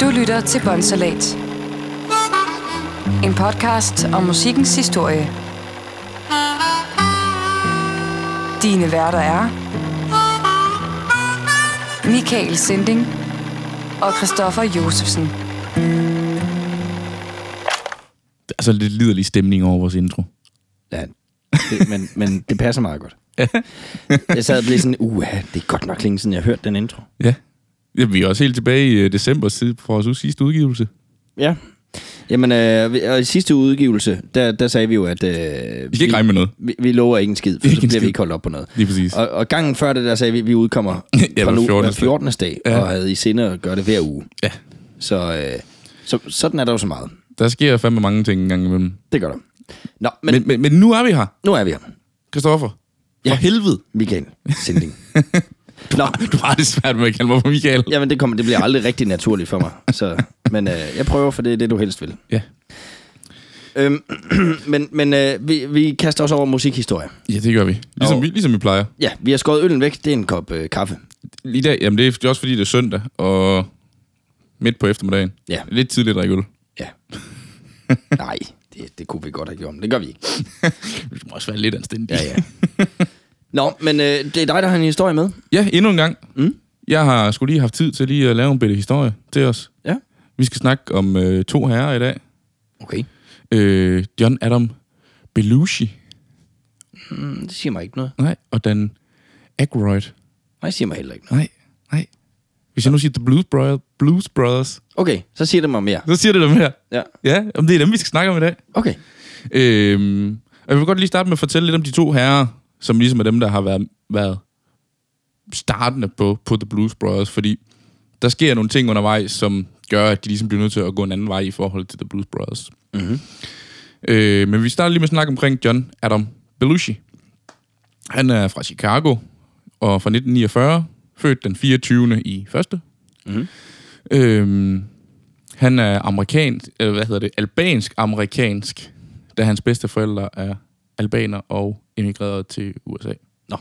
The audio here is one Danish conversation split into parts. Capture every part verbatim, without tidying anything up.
Du lytter til Båndsalat. En podcast om musikkens historie. Dine værter er Michael Sinding og Christoffer Josefsen. Der er så lidt liderlig stemning over vores intro. Ja, det, men, men det passer meget godt. Jeg sad og blev sådan, uha, det er godt nok længe siden, jeg har hørt den intro. Ja. Ja, vi er også helt tilbage i december siden for vores sidste udgivelse. Ja. Jamen, øh, og i sidste udgivelse, der, der sagde vi jo, at... Øh, vi skal ikke regne med noget. Vi, vi lover ikke en skid, for så bliver vi ikke holdt op på noget. Lige præcis. Og, og gangen før det, der sagde vi, at vi udkommer ja, fra nu fjortende hver fjortende dag, ja. Og havde i sinde at gøre det hver uge. Ja. Så, øh, så sådan er der jo så meget. Der sker fandme mange ting en gang imellem. Det gør der. Nå, men, men, men, men nu er vi her. Nu er vi her. Christoffer. For ja. helvede. Michael Sinding. Du, har, du har det svært med at kalde mig for Michael. Jamen, det, kommer, det bliver aldrig rigtig naturligt for mig. Så, men øh, jeg prøver, for det er det, du helst vil. Ja. Øhm, men men øh, vi, vi kaster os over musikhistorie. Ja, det gør vi. Ligesom, og, vi, ligesom vi plejer. Ja, vi har skåret øllen væk. Det er en kop øh, kaffe. Lige dag, jamen det er også fordi, det er søndag, og midt på eftermiddagen. Ja. Lidt tidligt at drikke øl. Ja. Nej, det, det kunne vi godt have gjort, men det gør vi ikke. Det må også være lidt anstændigt. Ja, ja. Nå, men øh, det er dig, der har en historie med. Ja, endnu en gang. Mm. Jeg har sgu lige haft tid til lige at lave en bitte historie til os. Ja. Vi skal snakke om øh, to herrer i dag. Okay. Øh, John Adam Belushi. Mm, det siger mig ikke noget. Nej, og Dan Aykroyd. Nej, det siger mig heller ikke noget. Nej, nej. Hvis jeg nu siger The Blues, Bro- Blues Brothers. Okay, så siger det mig mere. Så siger det dem her. Ja. Ja, om det er dem, vi skal snakke om i dag. Okay. Øhm, og jeg vil godt lige starte med at fortælle lidt om de to herrer, som ligesom er dem, der har været, været startende på, på The Blues Brothers, fordi der sker nogle ting undervejs, som gør, at de ligesom bliver nødt til at gå en anden vej i forhold til The Blues Brothers. Mm-hmm. Øh, men vi starter lige med at snakke omkring John Adam Belushi. Han er fra Chicago, og fra nitten niogfyrre, født den fireogtyvende i første. Mm-hmm. Øhm, han er amerikansk, eller hvad hedder det, albansk-amerikansk, da hans bedste forældre er albaner og emigreret til U S A. Nå.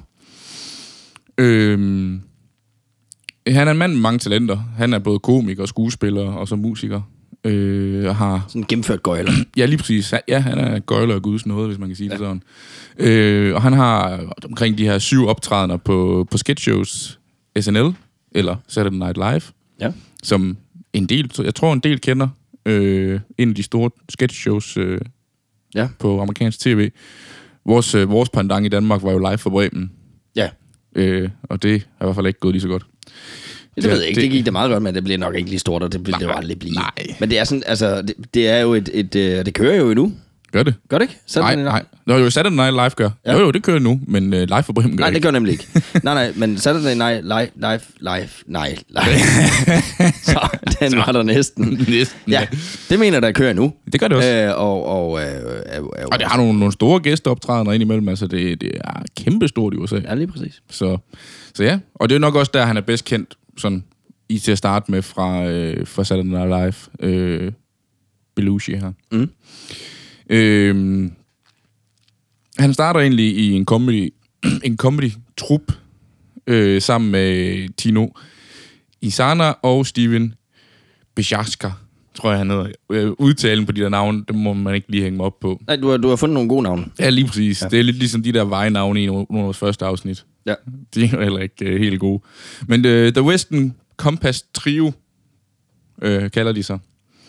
Øhm, han er en mand med mange talenter. Han er både komiker, skuespiller og så musiker. Øh, og har... Sådan en gennemført gøjler. Ja, lige præcis. Ja, han er gøjler og guds nåde, hvis man kan sige ja. det sådan. Øh, og han har omkring de her syv optrædener på, på sketchshows, S N L, eller Saturday Night Live, ja. som en del, jeg tror en del kender, øh, en af de store sketchshows øh, ja. på amerikansk tv. Vores, øh, vores pendant i Danmark var jo Live for Bremen. Ja. Øh, og det har i hvert fald ikke gået lige så godt. Det, det ved jeg ikke. Det, det gik da meget godt, men det bliver nok ikke lige stort, og det vil det jo aldrig blive. Nej. Men det er sådan, altså, det, det er jo et, et, et, det kører jo endnu. Gør det? Gør det ikke? Saturday nej, nej. Nå jo, Saturday Night Live gør. Ja. Jo jo, det kører nu, men uh, Live for Bremen gør Nej, ikke. det gør nemlig ikke. nej, nej, men Saturday Night Live, live, live, nej, live. Så, den Så. var der næsten. næsten. Ja, det mener der kører nu. Det gør det også. Øh, og, og, øh, øh, øh, og det har nogle, nogle store gæsteoptrædener indimellem, altså det, det er kæmpestort i U S A. Ja, lige præcis. Så, så ja, og det er nok også der, han er bedst kendt, sådan i til at starte med fra, øh, fra Saturday Night Live, øh, Belushi her. Mm. Øh, han starter egentlig i en comedy, en comedy-trup øh, sammen med Tino Isana og Steven Bishaska, tror jeg han hedder. Øh, udtalen på de der navne, det må man ikke lige hænge mig op på. Nej, du har, du har fundet nogle gode navne. Ja, lige præcis. Ja. Det er lidt ligesom de der vejnavne i nogle af vores første afsnit. Ja. De er jo heller ikke uh, helt gode. Men uh, The Western Compass Trio uh, kalder de sig.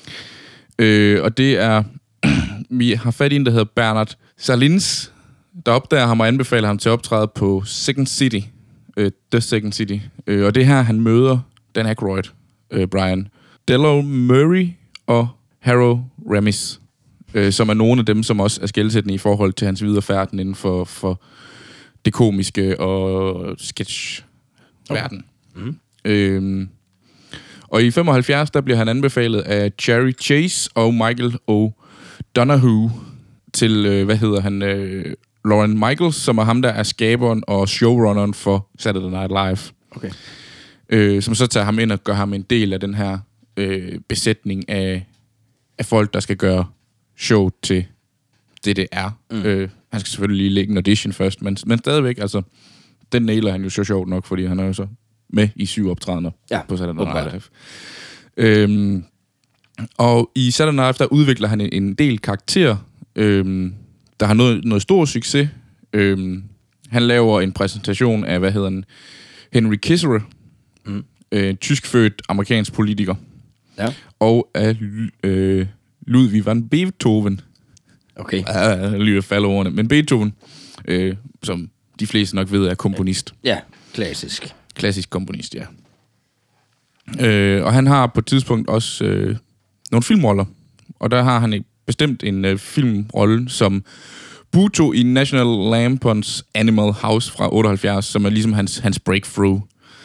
Uh, og det er... vi har fat i en, der hedder Bernard Salins, der opdager ham og anbefaler ham til at optræde på Second City. Uh, The Second City. Uh, og det er her, han møder Dan Aykroyd, uh, Brian Dello Murray og Harold Ramis, uh, som er nogle af dem, som også er skelsættende i forhold til hans videre færden inden for... for det komiske og sketch-verden. Okay. Mm. Øhm, og i femoghalvfjerds, der bliver han anbefalet af Chevy Chase og Michael O'Donoghue til, øh, hvad hedder han, øh, Lorne Michaels, som er ham, der er skaberen og showrunneren for Saturday Night Live. Okay. Øh, som så tager ham ind og gør ham en del af den her øh, besætning af, af folk, der skal gøre show til det, det er. Mm. Øh, han skal selvfølgelig lige lægge en audition først, men, men stadigvæk, altså, den nailer han jo så sjovt nok, fordi han er jo så med i syv optrædener ja, på Saturday Night Live. Øhm, og i Saturday Night Live, der udvikler han en, en del karakterer, øhm, der har noget, noget stor succes. Øhm, han laver en præsentation af, hvad hedder han, Henry Kissinger, mm. øh, tyskfødt amerikansk politiker, ja. og af øh, Ludwig van Beethoven. Okay. Jeg lyder falde ordene, men Beethoven, øh, som de fleste nok ved, er komponist. Ja, klassisk. Klassisk komponist, ja. Øh, og han har på et tidspunkt også øh, nogle filmroller, og der har han bestemt en øh, filmrolle som Buto i National Lampoons Animal House fra otteoghalvfjerds, som er ligesom hans, hans breakthrough.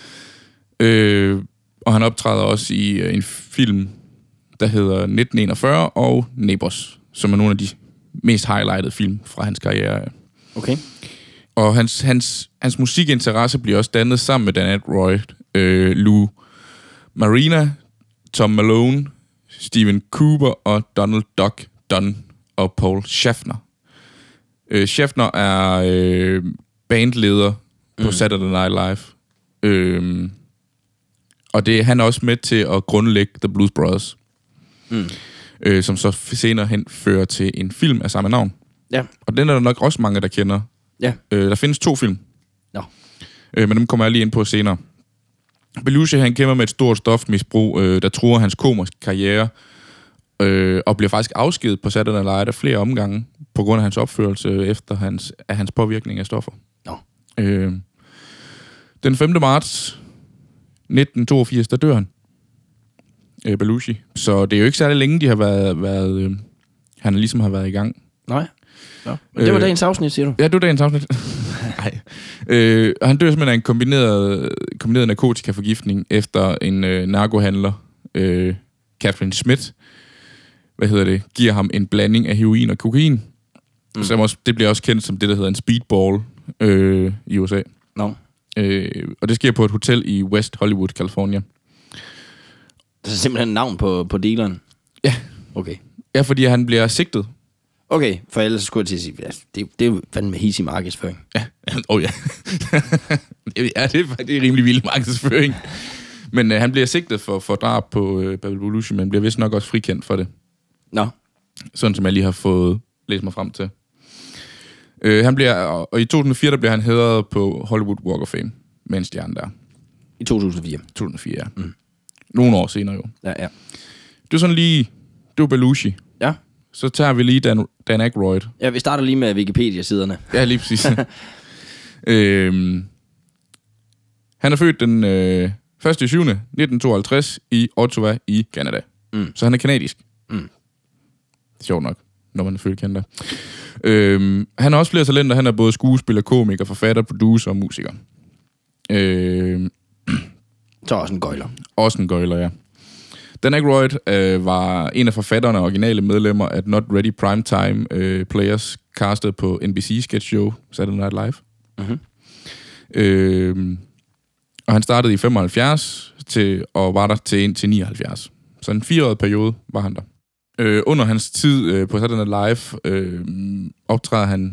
Øh, og han optræder også i øh, en film, der hedder nitten enogfyrre og Neighbors, som er nogle af de mest highlightede film fra hans karriere. Okay. Og hans, hans, hans musikinteresse bliver også dannet sammen med Dan Aykroyd, øh, Lou Marina, Tom Malone, Steven Cooper og Donald Duck Dunn og Paul Schaffner. Øh, Schaffner er øh, bandleder på mm. Saturday Night Live. Øh, og det, han er også med til at grundlægge The Blues Brothers. Mm. Øh, som så senere hen fører til en film af samme navn. Ja. Og den er der nok også mange, der kender. Ja. Øh, der findes to film. Nå. Øh, men dem kommer jeg lige ind på senere. Belushi, han kæmper med et stort stofmisbrug, øh, der truer hans komiske karriere, øh, og bliver faktisk afskedet på Saturday Night Live flere omgange, på grund af hans opførelse efter hans, af hans påvirkning af stoffer. Nå. Øh, den femte marts nitten toogfirs, der dør han. Øh, Belushi. Så det er jo ikke særlig længe, de har været, været øh, han ligesom har været i gang. Nej. Nå. Men det var øh, dagens afsnit, siger du? Ja, det var dagens afsnit. Nej. Øh, og han dør simpelthen af en kombineret, kombineret narkotikaforgiftning efter en øh, narkohandler, øh, Catherine Smith, hvad hedder det, giver ham en blanding af heroin og kokain. Mm. Så også, det bliver også kendt som det, der hedder en speedball øh, i U S A. No. Øh, og det sker på et hotel i West Hollywood, California. Det er simpelthen navn på, på dealeren? Ja. Okay. Ja, fordi han bliver sigtet. Okay, for ellers skulle jeg til at sige, ja, det, det er jo fandme hissig markedsføring. Ja, åh oh, ja. Ja, det er, det er rimelig vild markedsføring. Men øh, han bliver sigtet for, for drab på øh, Belushi, men bliver vist nok også frikendt for det. Nå. Sådan som jeg lige har fået læst mig frem til. Øh, han bliver, og i to tusind og fire, der bliver han hædret på Hollywood Walk of Fame, med en stjerne der. I to tusind og fire? to tusind og fire, ja. Mm. Nogle år senere jo. Ja, ja. Det er sådan lige, det var Belushi. Ja. Så tager vi lige Dan, Dan Aykroyd. Ja, vi starter lige med Wikipedia-siderne. Ja, lige præcis. øhm, han er født den øh, første juli nitten tooghalvtreds i Ottawa i Canada. Mm. Så han er kanadisk. Mm. Sjovt nok, når man er født i Canada. Øhm, han har også flere talenter. Han er både skuespiller, komiker, forfatter, producer og musiker. Øhm, Så også en gøjler. Også en gøjler, ja. Dan Aykroyd øh, var en af forfatterne og originale medlemmer af Not Ready Primetime øh, Players, castet på N B C sketch show Saturday Night Live. Mm-hmm. Øh, og han startede i femoghalvfjerds til, og var der til indtil nioghalvfjerds. Så en fireårig periode var han der. Øh, under hans tid øh, på Saturday Night Live øh, optræder han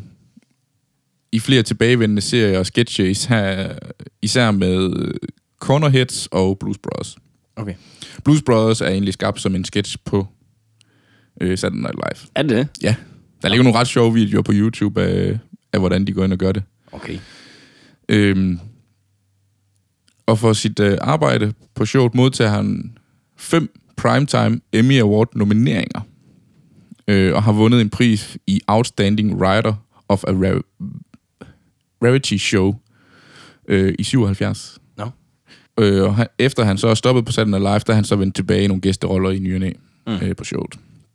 i flere tilbagevendende serier og sketche, især, især med Cornerheads og Blues Brothers. Okay. Blues Brothers er egentlig skabt som en sketch på øh, Saturday Night Live. Er det? Ja. Der ligger nogle ret sjove videoer på YouTube af, af hvordan de går ind og gør det. Okay. Øhm, og for sit øh, arbejde på showet modtager han fem Primetime Emmy Award nomineringer. Øh, og har vundet en pris i Outstanding Writer of a Rarity Show øh, i syvoghalvfjerds. No. Øh, og han, efter han så er stoppet på Saturday Night Live, der er han så vendt tilbage i nogle gæsteroller i ny og næ, mm. øh, på showet.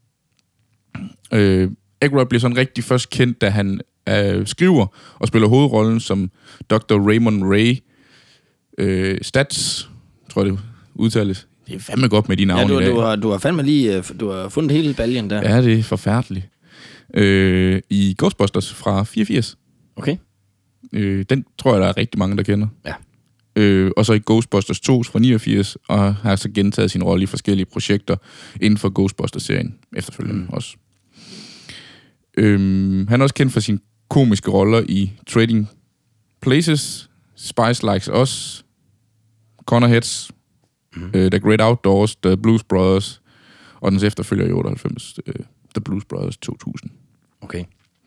Øh, Aykroyd bliver sådan rigtig først kendt, da han øh, skriver og spiller hovedrollen som doktor Raymond Ray øh, Stats, tror jeg det udtales. Det er fandme godt med de navne ja, du, i dag. Du har, du har fandme lige du har fundet hele baljen der. Ja, det er forfærdeligt. Øh, I Ghostbusters fra fireogfirs. Okay. Øh, den tror jeg, der er rigtig mange, der kender. Ja. Øh, og så i Ghostbusters to fra niogfirs, og har så gentaget sin rolle i forskellige projekter inden for Ghostbusters-serien efterfølgende mm. også. Øh, han er også kendt for sine komiske roller i Trading Places, Spice Likes Us, Cornerheads, mm. uh, The Great Outdoors, The Blues Brothers, og dens efterfølger i otteoghalvfems, uh, The Blues Brothers to tusind. Okay.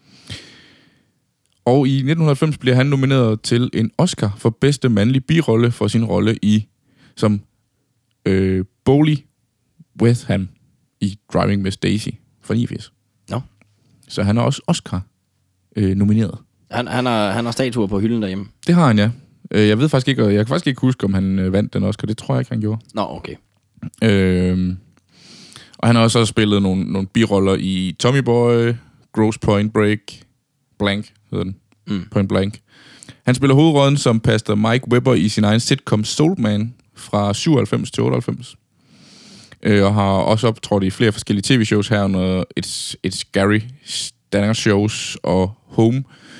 Og i nitten halvfems bliver han nomineret til en Oscar for bedste mandlige birolle for sin rolle i som øh, Boley Wetham i Driving Miss Daisy fra niogfirs. Nå. Så han er også Oscar øh, nomineret. Han, han, har, han har statuer på hylden derhjemme? Det har han, ja. Jeg ved faktisk ikke, og jeg kan faktisk ikke huske, om han øh, vandt den Oscar. Det tror jeg ikke, han gjorde. Nå, okay. Øh, og han har også spillet nogle, nogle biroller i Tommy Boy, Grosse Point Break, Blank hedder den. Mm. Point Blank. Han spiller hovedrollen som pastor Mike Webber i sin egen sitcom Soul Man fra syvoghalvfems til otteoghalvfems. Øh, og har også optrådt i flere forskellige tv-shows herunder It's, It's Gary, Stanner Shows og Home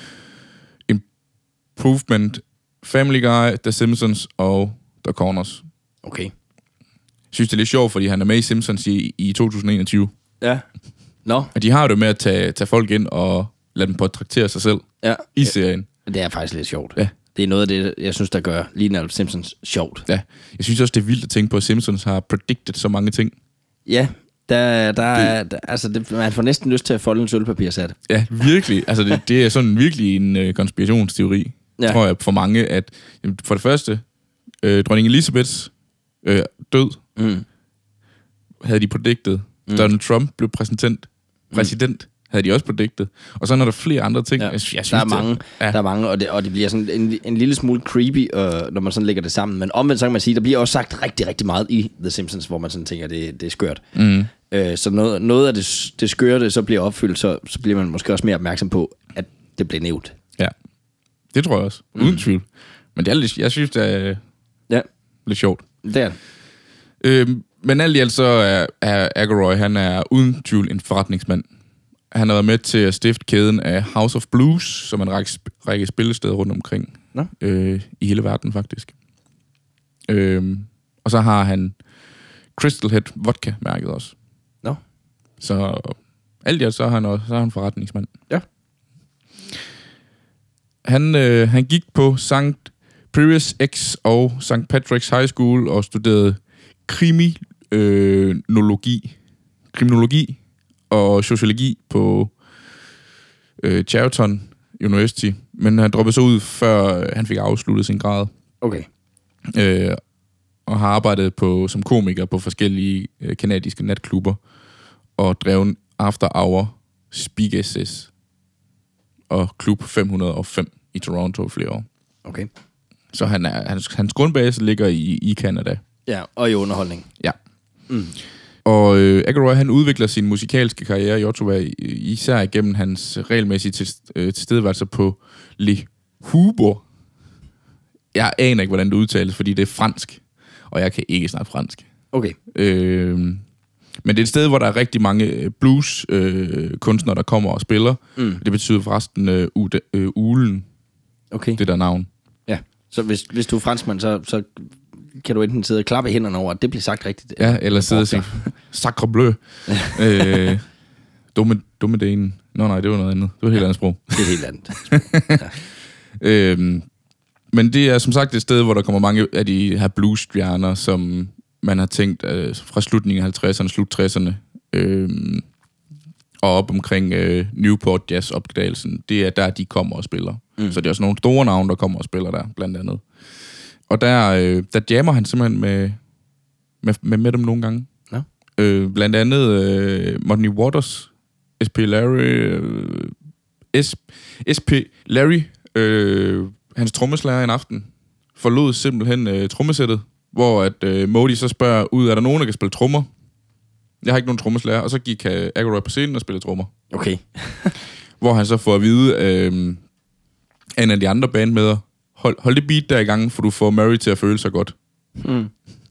Improvement, Family Guy, The Simpsons og The Corners. Okay. Jeg synes, det er lidt sjovt, fordi han er med i Simpsons i, i to tusind enogtyve. Ja. Nå. Og de har jo det med at tage, tage folk ind og lade dem portrættere sig selv ja. i serien. Det er faktisk lidt sjovt. Ja. Det er noget af det, jeg synes, der gør lige netop Simpsons sjovt. Ja. Jeg synes også, det er vildt at tænke på, at Simpsons har predicted så mange ting. Ja, der, der, det, der altså det, man får næsten lyst til at folde en sølvpapirsat. Ja, virkelig. Altså det, det er sådan virkelig en øh, konspirationsteori, ja. Tror jeg, for mange, at jamen, for det første, øh, dronning Elizabeths øh, død, mm. havde de predicted. Mm. Donald Trump blev præsident, præsident mm. havde de også predicted. Og så er der flere andre ting. Ja. Jeg, jeg synes, der, er mange, det, ja. der er mange, og det, og det bliver sådan en, en lille smule creepy, øh, når man sådan lægger det sammen. Men omvendt så kan man sige, der bliver også sagt rigtig, rigtig meget i The Simpsons, hvor man sådan tænker, det, det er skørt. Mm. Øh, så noget, noget af det, det skørte, så bliver opfyldt, så, så bliver man måske også mere opmærksom på, at det bliver nævnt. Ja, det tror jeg også. Uden mm. tvivl. Men det er lidt, jeg synes, det er ja. lidt sjovt. Det er det. Øh, men alt i alt så er, er Aykroyd, han er uden tvivl en forretningsmand. Han har været med til at stifte kæden af House of Blues, som er en række, række spillesteder rundt omkring øh, i hele verden, faktisk. Øh, og så har han Crystal Head Vodka-mærket også. Nå. Så alt i alt, så er han, også, så er han forretningsmand. Ja. Han, øh, han gik på Sankt Pius X og Sankt Patrick's High School og studerede kriminologi, kriminologi og sociologi på øh, Chariton University, men han droppede så ud, før han fik afsluttet sin grad. Okay. Øh, og har arbejdet på, som komiker på forskellige øh, kanadiske natklubber og drevet After Hour Speakeasies og Klub fem hundrede og fem i Toronto flere år. Okay. Så han er, hans, hans grundbase ligger i, i Canada. Ja, og i underholdning. Ja. Mm. Og øh, Aykroyd, han udvikler sin musikalske karriere i Ottawa, især igennem hans regelmæssige til, øh, tilstedeværelser på Le Huber. Jeg aner ikke, hvordan det udtales, fordi det er fransk, og jeg kan ikke snakke fransk. Okay. Øh, men det er et sted, hvor der er rigtig mange blues øh, kunstnere, der kommer og spiller. Mm. Det betyder forresten øh, ude, øh, ulen, okay. Det der navn. Ja, så hvis, hvis du er franskmand, så, så kan du enten sidde og klappe i hænderne over, at det bliver sagt rigtigt. Ja, eller, eller sidde og sige, sacre bleu. øh, dumme, dumme delen. Nå nej, det var noget andet. Det var et helt ja, andet sprog. Det er et helt andet sprog. Ja. øhm, men det er som sagt et sted, hvor der kommer mange af de her blues-stjerner, som man har tænkt øh, fra slutningen af halvtredserne, slut tresserne, øh, og op omkring øh, Newport Jazz-opdagelsen. Det er der, de kommer og spiller. Mm. Så det er også nogle store navne, der kommer og spiller der, blandt andet. Og der, øh, der jammer han simpelthen med, med, med, med dem nogle gange. Ja. Øh, blandt andet øh, Mudney Waters, S P Larry, øh, S, S P Larry, øh, hans trommeslager en aften, forlod simpelthen øh, trommesættet, hvor at øh, Modi så spørger ud, er der nogen, der kan spille trommer? Jeg har ikke nogen trommeslager, og så gik uh, Aykroyd på scenen og spillede trommer. Okay. Hvor han så får at vide øh, en af de andre bandmedlemmer, hold, hold det beat der i gang, for du får Murray til at føle sig godt. Mm.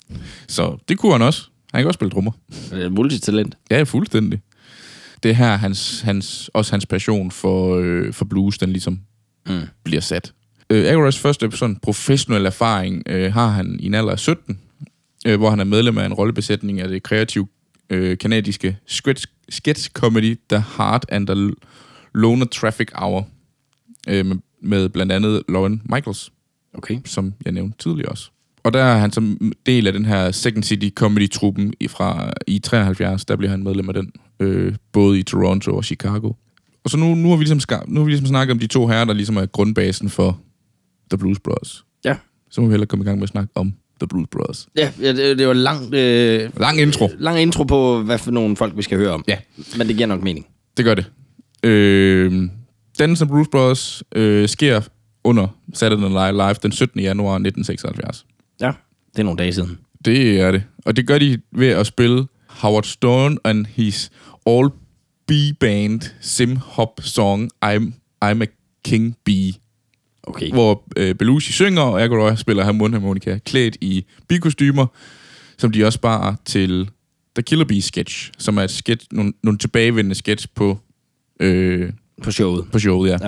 Så det kunne han også. Han kan også spille trommer. Det er et multitalent. Ja, fuldstændig. Det er her hans, hans, også hans passion for, øh, for blues, den ligesom mm. bliver sat. Øh, Aykroyds første sådan professionelle erfaring øh, har han i en alder af sytten, øh, hvor han er medlem af en rollebesætning af det kreative øh, kanadiske sketch, sketch comedy The Heart and the Loner Traffic Hour, øh, med, med blandt andet Lorne Michaels, okay. som jeg nævnte tidligere også. Og der er han som del af den her Second City Comedy-truppen i, fra, i treoghalvfjerds. Der bliver han medlem af den, øh, både i Toronto og Chicago. Og så nu, nu, har vi ligesom ska- nu har vi ligesom snakket om de to herrer, der ligesom er grundbasen for The Blues Brothers. Ja. Så må vi hellere komme i gang med at snakke om The Blues Brothers. Ja, det, det var langt... Øh, lang intro. Lang intro på, hvad for nogle folk, vi skal høre om. Ja. Men det giver nok mening. Det gør det. Øh, Dannelsen af Blues Brothers øh, sker under Saturday Night Live den syttende januar nitten seksoghalvfjerds. Ja, det er nogle dage siden. Det er det. Og det gør de ved at spille Howard Stern and his all B-band sim-hop song I'm, I'm a King Bee. Okay. Hvor øh, Belushi synger, og Aykroyd spiller mundharmonika klædt i bikostymer, som de også sparer til The Killer Bee sketch, som er et sketch, nogle, nogle tilbagevendende sketch på, øh, på showet. På showet, ja. ja.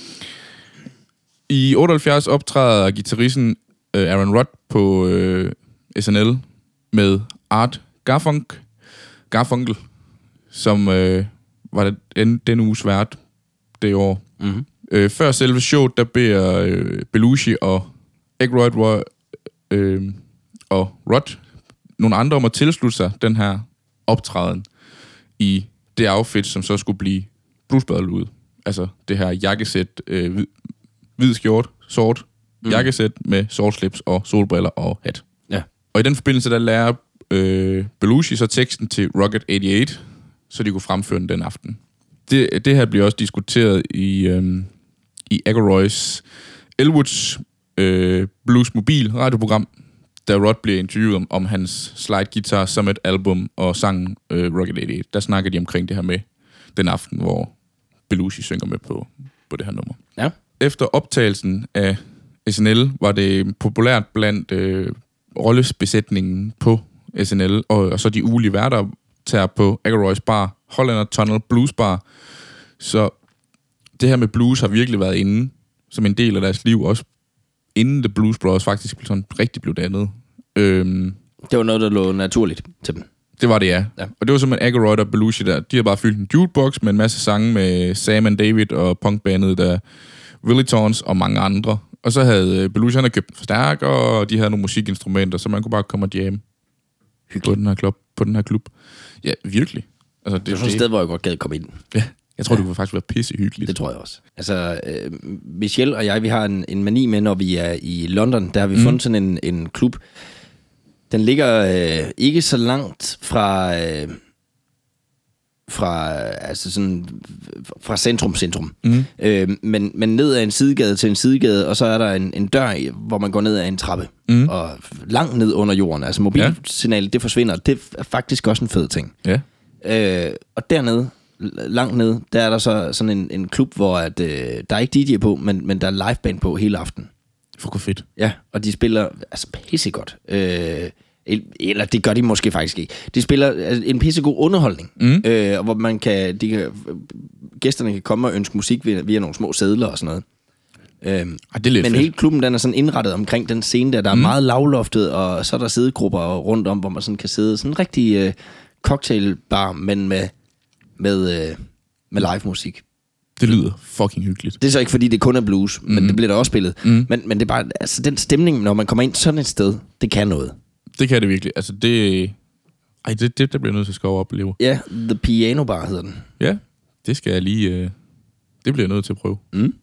I otteoghalvfjerds optræder guitaristen øh, Aaron Rudd på øh, S N L med Art Garfunk, Garfunkel, som øh, var den, den uges vært det år. Mm-hmm. Øh, før selve showet, der beder øh, Belushi og Aykroyd øh, og Rudd nogle andre om at tilslutte sig den her optræden i det outfit, som så skulle blive Blues Brothers ud. Altså det her jakkesæt, øh, hvid, hvid skjort, sort mm. jakkesæt med sortslips og solbriller og hat. Ja. Og i den forbindelse, der lærer øh, Belushi så teksten til Rocket otteogtyve, så de kunne fremføre den den aften. Det, det her bliver også diskuteret i, øh, i Aykroyds Elwoods øh, Blues Mobil radioprogram, da Rudd bliver interviewet om, om hans slide guitar Summit album og sangen øh, Rocket otteogtyve. Der snakker de omkring det her med den aften, hvor Belushi synger med på, på det her nummer. Ja. Efter optagelsen af S N L var det populært blandt øh, rollebesætningen på S N L, og, og så de ugelige værter tager på Aykroyds bar, Hollander Tunnel Blues Bar. Så det her med blues har virkelig været inde som en del af deres liv, også inden The Blues Brothers faktisk sådan rigtig blev dannet. Øhm, det var noget, der lå naturligt til dem. Det var det, ja. ja. Og det var simpelthen Aykroyd og Belushi der. De har bare fyldt en jukebox med en masse sange med Sam and David og punkbandet der Willitons og mange andre. Og så havde Belushi, han havde købt en forstærker, og de havde nogle musikinstrumenter, så man kunne bare komme og jamme på den her klub. På den her klub. Ja, virkelig. Altså, det, det er sådan et sted, hvor jeg godt gad komme ind. Ja, jeg tror, ja. det kunne faktisk være pissehyggeligt. Det tror jeg også. Altså, øh, Michelle og jeg, vi har en, en mani med, når vi er i London. Der har vi mm. fundet sådan en, en klub. Den ligger øh, ikke så langt fra... Øh, fra altså sådan fra centrum centrum mm. øh, men men ned ad en sidegade til en sidegade, og så er der en, en dør, hvor man går ned ad en trappe mm. og langt ned under jorden. Altså mobilsignalet, ja. Det forsvinder. Det er faktisk også en fed ting. Ja. Øh, og dernede, langt nede, der er der så sådan en, en klub, hvor at, øh, der er ikke D J på, men, men der er liveband på hele aften. For fedt. Ja, og de spiller altså pissegodt. Øh, eller det gør de måske faktisk ikke. De spiller altså, en pissegod underholdning, mm. øh, hvor man kan, de kan, gæsterne kan komme og ønske musik via, via nogle små sedler og sådan noget. Øhm, ah, det er lidt men fedt. hele klubben, den er sådan indrettet omkring den scene der, der mm. er meget lavloftet, og så er der sidegrupper rundt om, hvor man sådan kan sidde. Sådan en rigtig øh, cocktailbar, men med, med, øh, med live musik. Det lyder fucking hyggeligt. Det er så ikke fordi det kun er blues, men mm. det bliver der også spillet. Mm. Men, men det er bare, altså den stemning, når man kommer ind sådan et sted, det kan noget. Det kan det virkelig. Altså det... Ej, det, det der bliver nødt til at skove op og leve. Ja, The Piano Bar hedder den. Ja, det skal jeg lige... Øh, det bliver jeg nødt til at prøve. Mm.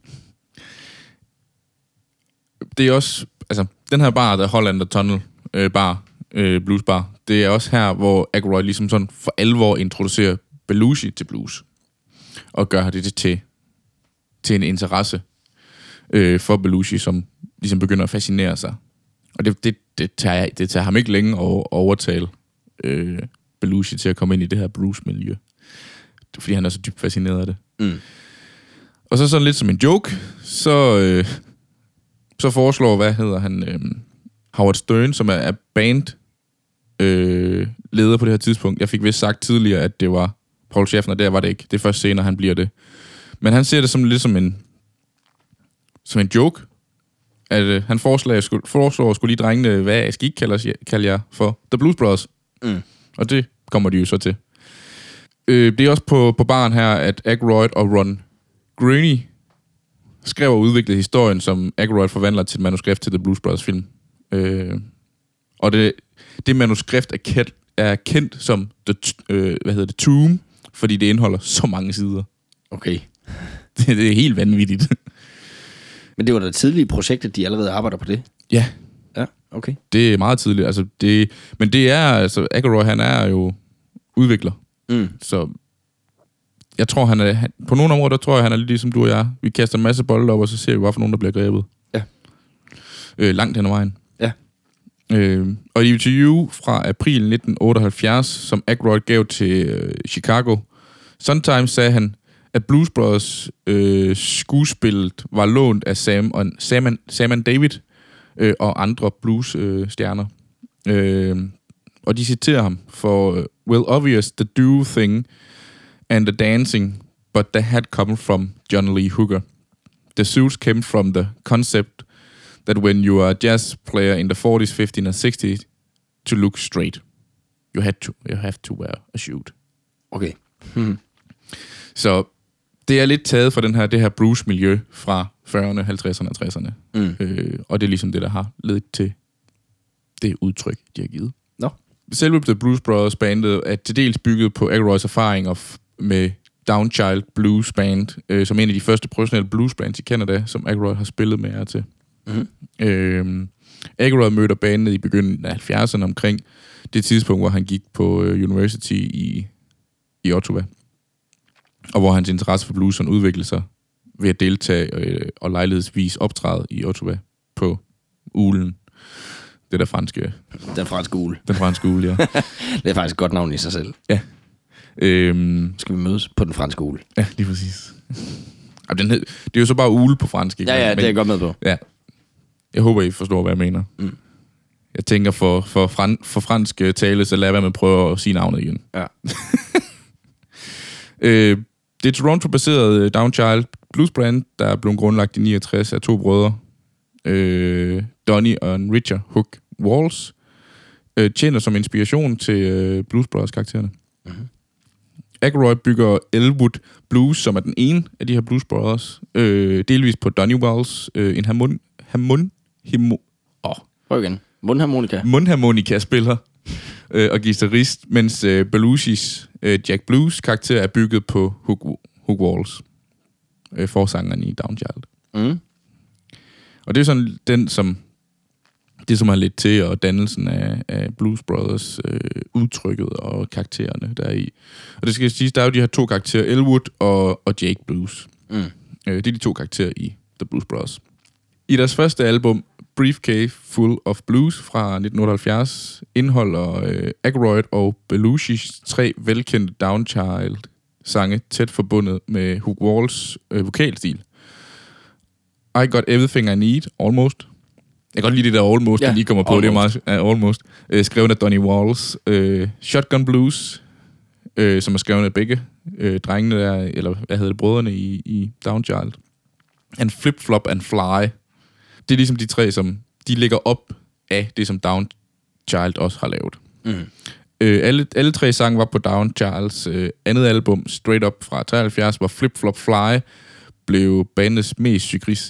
Det er også... Altså, den her bar, der Hollander Tunnel øh, bar, øh, blues bar, det er også her, hvor Aykroyd ligesom sådan for alvor introducerer Belushi til blues. Og gør det til, til en interesse øh, for Belushi, som ligesom begynder at fascinere sig. Og det, det, det, tager, det tager ham ikke længe at overtale øh, Belushi til at komme ind i det her blues-miljø. Fordi han er så dybt fascineret af det. Mm. Og så sådan lidt som en joke, så, øh, så foreslår, hvad hedder han, øh, Howard Stern, som er, er band øh, leder på det her tidspunkt. Jeg fik vist sagt tidligere, at det var Paul Schaffner, der var det ikke. Det er først senere, han bliver det. Men han ser det som lidt som en, som en joke, at øh, han foreslår, skulle, foreslår skulle lige drengene, hvad jeg skal ikke kalde, kalde jer for The Blues Brothers. Mm. Og det kommer de jo så til. Øh, det er også på, på baren her, at Aykroyd og Ron Groening skrev og udviklede historien, som Aykroyd forvandler til et manuskript til The Blues Brothers film. Øh, Og det, det manuskript er kendt, er kendt som The, øh, hvad hedder det, Tomb, fordi det indeholder så mange sider. Okay. Det, det er helt vanvittigt. Men det var da tidlige projekter, de allerede arbejder på det? Ja. Ja, okay. Det er meget tidligt. Altså, det, men det er, altså, Aykroyd, han er jo udvikler. Mm. Så jeg tror, han er, han, på nogle områder, der tror jeg, han er lidt ligesom du og jeg. Vi kaster en masse bolde op, og så ser vi, hvad for nogen, der bliver grebet. Ja. Øh, langt hen ad vejen. Ja. Øh, og i et interview fra april nitten otteoghalvfjerds, som Aykroyd gav til øh, Chicago, Sun-Times sagde han, at Blues Brothers øh, skuespillet var lånt af Sam og Sam, Sam and David øh, og andre blues-stjerner. Øh, øh, og de citerer ham for "Well, obvious the do thing and the dancing, but that had come from John Lee Hooker. The suits came from the concept that when you are a jazz player in the forties, fifties and sixties, to look straight, you had to you have to wear a suit." Okay. Hmm. Så det er lidt taget fra den her, det her blues-miljø fra fyrrerne, halvtredserne og tresserne. Mm. Øh, og det er ligesom det, der har ledet til det udtryk, de har givet. Nå. Selve The Blues Brothers bandet er til dels bygget på Aykroyds erfaring med Downchild Blues Band, øh, som en af de første professionelle bluesbands i Canada, som Aykroyd har spillet med her til. Mm. Øh, Aykroyd mødte bandet i begyndelsen af halvfjerdserne omkring det tidspunkt, hvor han gik på øh, University i, i Ottawa. Og hvor hans interesse for blues udviklede sig ved at deltage øh, og lejlighedsvis optræde i Ottawa på Ulen. Det der franske... Den franske ule. Den franske ule, ja. Det er faktisk et godt navn i sig selv. Ja. Øhm, Skal vi mødes på den franske ule? Ja, lige præcis. Den hed, det er jo så bare ule på fransk, ikke? Ja, ja, men, det er jeg godt med på. Ja. Jeg håber, I forstår, hvad jeg mener. Mm. Jeg tænker, for, for, fran, for fransk tale, så lad være med at prøve at sige navnet igen. Ja. øh, det er Toronto-baserede Downchild Blues Band, der er blevet grundlagt i niogtres af to brødre, øh, Donnie og Richard Hook Walls, øh, tjener som inspiration til øh, Blues Brothers-karaktererne. Mm-hmm. Aykroyd bygger Elwood Blues, som er den ene af de her Blues Brothers, øh, delvis på Donnie Walls, øh, en harmon... harmon himo, oh. Prøv igen. Mundharmonika. Mundharmonika-spiller øh, og guitarist, mens øh, Belushis øh, Jack Blues karakter er bygget på Hook, Hook Walls, øh, forsangeren i Downchild. Mm. Og det er sådan den, som det, som har lidt til, og dannelsen af, af Blues Brothers øh, udtrykket og karaktererne der i. Og det skal siges, der er jo de her to karakterer, Elwood og, og Jake Blues. Mm. Øh, det er de to karakterer i The Blues Brothers. I deres første album, Briefcase Full of Blues fra nitten otteoghalvfjerds, indeholder øh, Aykroyd og Belushis tre velkendte Downchild-sange tæt forbundet med Hook Walls øh, vokalstil. I Got Everything I Need, Almost. Jeg kan godt lide det der Almost, ja, der lige kommer på. Almost. Det er meget uh, Almost. Uh, skrevet af Donnie Walls. Uh, Shotgun Blues, uh, som er skrevet af begge uh, drengene der, eller hvad hedder det, brødrene i, i Downchild. And Flip Flop and Fly. Det er ligesom de tre, som de ligger op af det, som Downchild også har lavet. Mm. Uh, alle, alle tre sange var på Downchilds uh, andet album, Straight Up fra treoghalvfjerds, hvor Flip Flop Fly blev bandets mest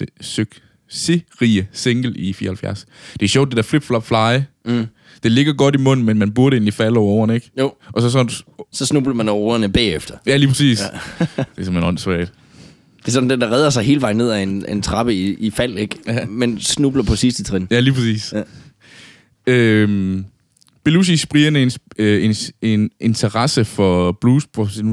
succesrige single i fireoghalvfjerds. Det er sjovt, det der Flip Flop Fly. Mm. Det ligger godt i munden, men man burde egentlig falde over ordene, ikke? Jo. Og så sådan... Så snubler man over ordene bagefter. Ja, lige præcis. Ja. Det er simpelthen åndssvagt. Det er sådan den, der redder sig hele vejen ned ad en, en trappe i, i fald, ikke? Ja. Men snubler på sidste trin. Ja, lige præcis. Ja. Øhm, Belushis spirende en, en, en interesse for blues...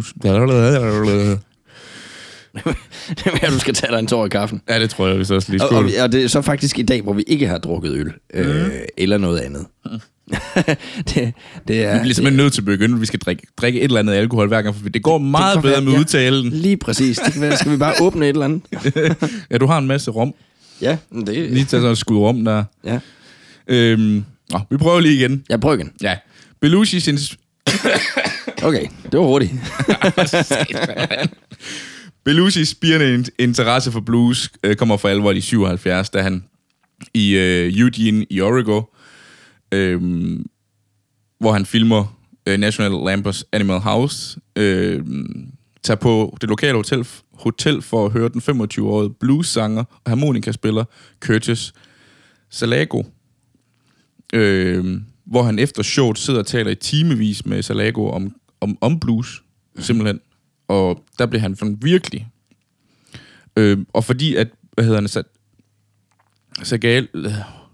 Det er mere, du skal tage dig en tår i kaffen. Ja, det tror jeg, vi så også lige skål. Og, og, og det er så faktisk i dag, hvor vi ikke har drukket øl. Mm. Øh, eller noget andet. Mm. det, det er, vi bliver simpelthen nødt til at begynde, vi skal drikke, drikke et eller andet alkohol hver gang, for det går meget det bedre være, med ja, udtalen. Lige præcis. Det kan være, skal vi bare åbne et eller andet? Ja, du har en masse rom. Ja, det... Lige tage sådan et skud rom der. Ja. Øhm, nå, vi prøver lige igen. Ja, prøv igen. Ja. Belushis... Okay, det var hurtigt. Belushis spirende interesse for blues øh, kommer for alvor i syvoghalvfjerds, da han i øh, Eugene i Oregon, øh, hvor han filmer øh, National Lampoon's Animal House, øh, tager på det lokale hotel, hotel for at høre den femogtyve-årige blues-sanger og harmonikaspiller Curtis Salago. øh, hvor han efter showet sidder og taler i timevis med Salago om, om, om blues, simpelthen. Og der blev han sådan virkelig. Øh, og fordi at, hvad hedder han, så, så gal... Øh.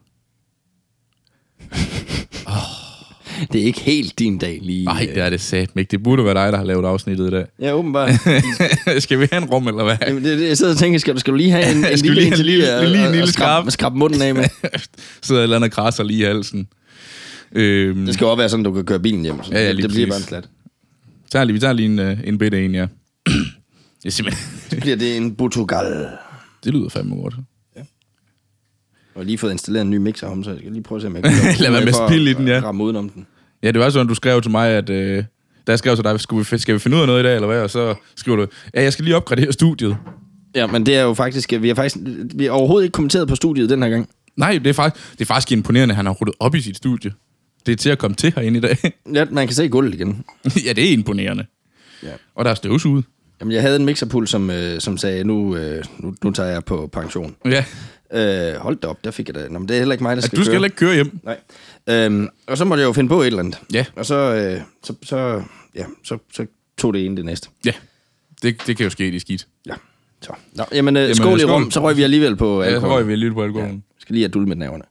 Det er ikke helt din dag lige. Nej, det er det satme ikke. Det burde være dig, der har lavet afsnittet i dag. Ja, åbenbart. Skal vi have en rum, eller hvad? Jamen, det, det, jeg sidder og tænker, skal du, skal du lige have en, en lille en til lige at lige en lille skrab. skrab munden af med? Sidder et eller andet krasser lige i halsen. Øhm. Det skal også være sådan, du kan køre bilen hjem. Ja, ja, det, det bliver præcis. bare en slat. Tager lige, vi tager lige en, uh, en bitte en, ja. Det er simpelthen... Så bliver det en Portugal. Det lyder fandme godt. Ja. Og jeg har lige fået installeret en ny mixer om, så jeg skal lige prøve at se, om jeg kan lad være med at spille i den, ja. Ramme udenom den. Ja, det var sådan, du skrev til mig, at... Øh, da jeg skrev til dig, skal vi, skal vi finde ud af noget i dag, eller hvad? Og så skriver du, ja, jeg skal lige opgradere studiet. Ja, men det er jo faktisk... Vi har faktisk vi har overhovedet ikke kommenteret på studiet den her gang. Nej, det er faktisk, det er faktisk imponerende, at han har ryddet op i sit studie. Det er til at komme til herinde i dag. Ja, man kan se gulvet igen. Ja, det er imponerende. Ja. Og der er støvsuget. Jamen, jeg havde en mixerpult, som, øh, som sagde, nu, øh, nu, nu tager jeg på pension. Ja. Øh, hold da op, der fik jeg det. Nå, men det er heller ikke mig, der skal ja, du skal køre. heller ikke køre hjem. Nej. Øhm, og så måtte jeg jo finde på et eller andet. Ja. Og så, øh, så, så, ja, så, så tog det ene det næste. Ja, det, det kan jo ske, det er skidt. Ja. Så. Nå, jamen, øh, jamen skål i skål. rum, så røg vi alligevel på alkohol. Ja, så røg vi alligevel på alkoholen. Ja. Skal lige have dul med nerverne.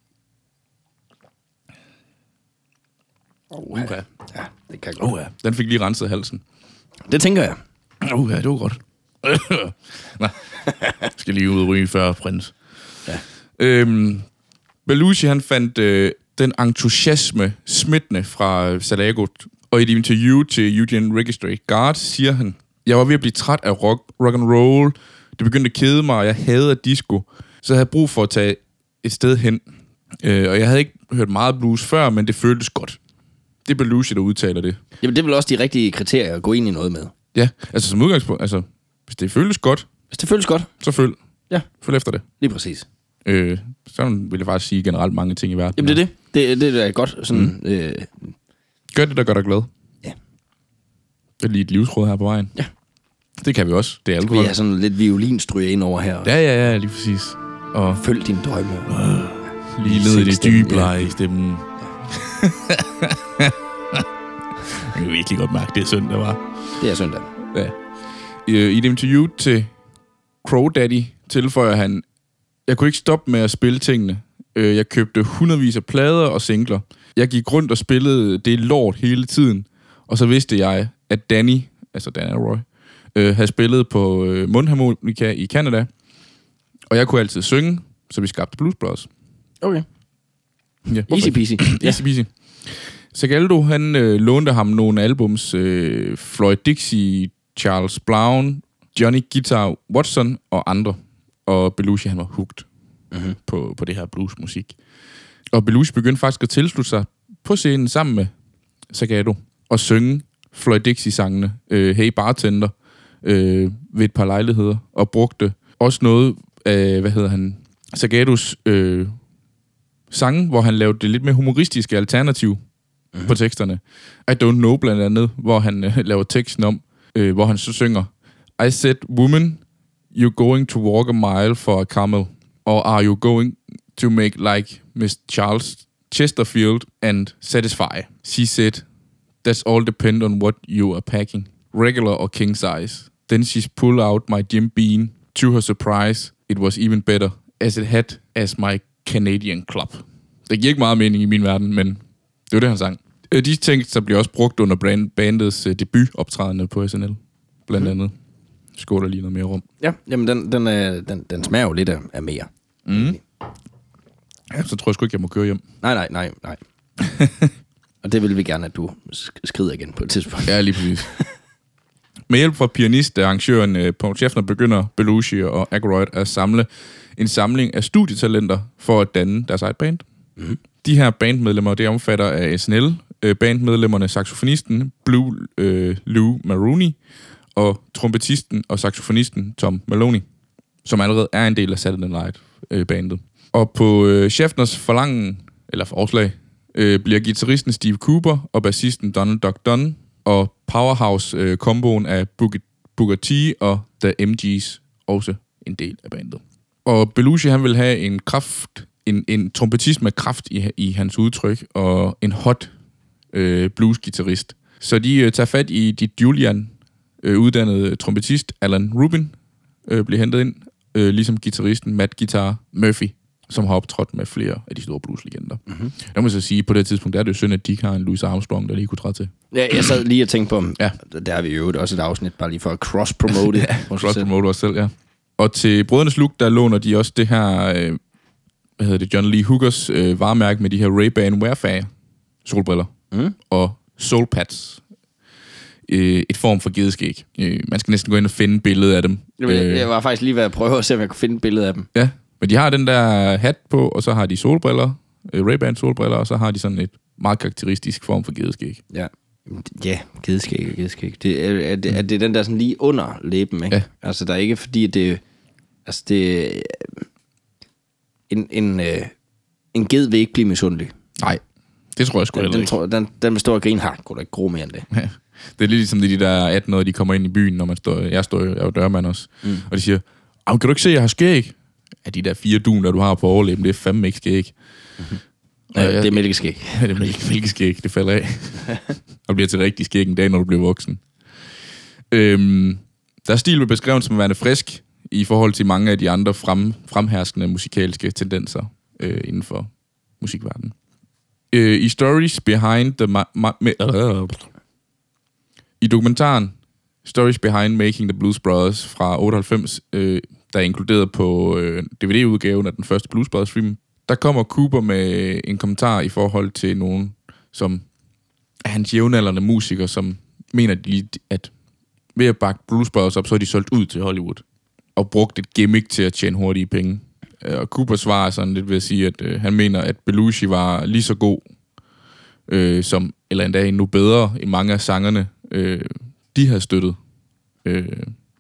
Oh, ja. Ja, det kan godt. Oh, ja. Den fik lige renset halsen. Det tænker jeg. Oh, ja, det var godt. Nej, skal lige ud og ryge før prins. Ja. Øhm, Belushi, han fandt øh, den entusiasme smittende fra Salago, og i et interview til Eugene Registry Guard siger han, jeg var ved at blive træt af rock, rock and roll, det begyndte at kede mig, og jeg hadede disco, så jeg havde brug for at tage et sted hen. Øh, og jeg havde ikke hørt meget blues før, men det føltes godt. Det er Belushi, der udtaler det. Jamen, det er vel også de rigtige kriterier at gå ind i noget med. Ja, altså som udgangspunkt, altså, hvis det føles godt, Hvis det føles godt. så følg. Ja. Følg efter det. Lige præcis. Øh, sådan vil jeg faktisk sige generelt mange ting i verden. Jamen, det er det. Det, det er godt sådan... Mm. Øh, Gør det, der gør dig glad. Ja. Det er lige et livsråd her på vejen. Ja. Det kan vi også. Det er vi alkohol. har sådan lidt violinstryge ind over her. Ja, ja, ja, lige præcis. Og Følg din drømme. øh, lige ned i det dybe leje i stemmen. Jeg kan virkelig godt mærke, det er søndag, var. Det er søndag. Ja. I et interview til Crow Daddy tilføjer han, jeg kunne ikke stoppe med at spille tingene. Jeg købte hundredvis af plader og singler. Jeg gik rundt og spillede det lort hele tiden. Og så vidste jeg, at Danny, altså Dan Roy, øh, havde spillet på øh, mundharmonika i Canada. Og jeg kunne altid synge, så vi skabte Blues Brothers. Okay. Ja, Easy peasy. Easy peasy. Sagaldo, han øh, lånte ham nogle albums, øh, Floyd Dixie, Charles Brown, Johnny Guitar Watson og andre. Og Belushi, han var hooked mm-hmm. på, på det her bluesmusik. Og Belushi begyndte faktisk at tilslutte sig på scenen sammen med Sagaldo og synge Floyd Dixie-sangene, øh, Hey Bartender, øh, ved et par lejligheder, og brugte også noget af, hvad hedder han, Sagaldos øh, sange, hvor han lavede det lidt mere humoristiske alternativ mm-hmm. på teksterne. I Don't Know blandt andet, hvor han øh, laver teksten om, øh, hvor han så synger, I said, woman, you're going to walk a mile for a camel, or are you going to make like Miss Charles Chesterfield and satisfy? She said, that's all depend on what you are packing, regular or king size. Then she pulled out my Jim Beam. To her surprise, it was even better, as it had as my Canadian club. Det giver ikke meget mening i min verden, men det var det, han sang. De ting, så bliver også brugt under brand, bandets uh, debutoptrædende på S N L, blandt mm. andet. Skål der lige noget mere rum. Ja, jamen den, den, øh, den, den smager jo lidt af, af mere. Mm. Ja, så tror jeg sgu ikke, jeg må køre hjem. Nej, nej, nej, nej. Og det vil vi gerne, at du skrider igen på et tidspunkt. Ja, lige præcis. Med hjælp fra pianist, arrangøren uh, Paul Schaffner, begynder Belushi og Aykroyd at samle en samling af studietalenter for at danne deres eget band. Mm. De her bandmedlemmer, det omfatter af S N L, uh, bandmedlemmerne saxofonisten Blue uh, Lou Maroney, og trompetisten og saxofonisten Tom Maloney, som allerede er en del af Saturday Night-bandet. Og på øh, Schaffners forlangen, eller forslag, øh, bliver guitaristen Steve Cooper og bassisten Donald Duck Dunn og Powerhouse-komboen øh, af Booker T og The M G's også en del af bandet. Og Belushi, han vil have en kraft en, en trompetist med kraft i, i hans udtryk, og en hot øh, bluesgitarrist. Så de øh, tager fat i dit Julian, øh, uddannet trompetist, Alan Rubin, øh, bliver hentet ind, øh, ligesom guitaristen Matt Guitar Murphy, som har optrådt med flere af de store blueslegender. Mm-hmm. Der må så sige, på det tidspunkt, der er det jo synd, at de ikke har en Louis Armstrong, der lige kunne træde til. Ja, jeg sad lige og tænkte på, ja. Der har vi jo også et afsnit, bare lige for at cross-promote. ja, cross-promote os selv, ja. Og til Brødrenes Look, der låner de også det her, øh, hvad hedder det, John Lee Hookers øh, varemærke med de her Ray-Ban Wearfare solbriller mm. og soulpads. Øh, et form for gedeskæg. Øh, man skal næsten gå ind og finde billedet af dem. Jeg, øh, jeg var faktisk lige ved at prøve at se, om jeg kunne finde et billede af dem. Ja, men de har den der hat på, og så har de solbriller, øh, Ray-Ban solbriller, og så har de sådan et meget karakteristisk form for gedeskæg. Ja. Ja, gedeskæg og gedeskæg. Det er, er, det, er det den der sådan lige under læben, ikke? Ja. Altså, der er ikke fordi, det altså det en, en, øh, en ged vil ikke blive misundelig. Nej, det tror jeg sgu den, heller den, ikke. tror, den, den med stor grin har, kunne da ikke gro mere end det. Ja. Det er lidt ligesom de der atten-årige, de kommer ind i byen, når man står, jeg står jeg er jo dørmand også, mm. og de siger, kan du ikke se, jeg har skæg? Ja, de der fire dun, der du har på overlæben, det er fandme ikke skæg. Mm-hmm. Ja, ja, det er mælkeskæg. Ja, det er mælke, mælkeskæg, det falder af. Og bliver til rigtig skæg en dag, når du bliver voksen. Øhm, der er stil ved beskrevet som værende frisk, i forhold til mange af de andre frem, fremherskende musikalske tendenser øh, inden for musikverdenen. Øh, I Stories Behind the... Ma- ma- ma- uh, I dokumentaren Stories Behind Making the Blues Brothers fra otteoghalvfems, øh, der er inkluderet på øh, D V D-udgaven af den første Blues Brothers film, der kommer Cooper med en kommentar i forhold til nogen, som er hans jævnaldrende musikere, som mener, at ved at bakke Blues Brothers op, så er de solgt ud til Hollywood og brugt et gimmick til at tjene hurtige penge. Og Cooper svarer sådan lidt ved at sige, at øh, han mener, at Belushi var lige så god, øh, som, eller endda endnu bedre i mange af sangerne, øh, de havde støttet. Øh.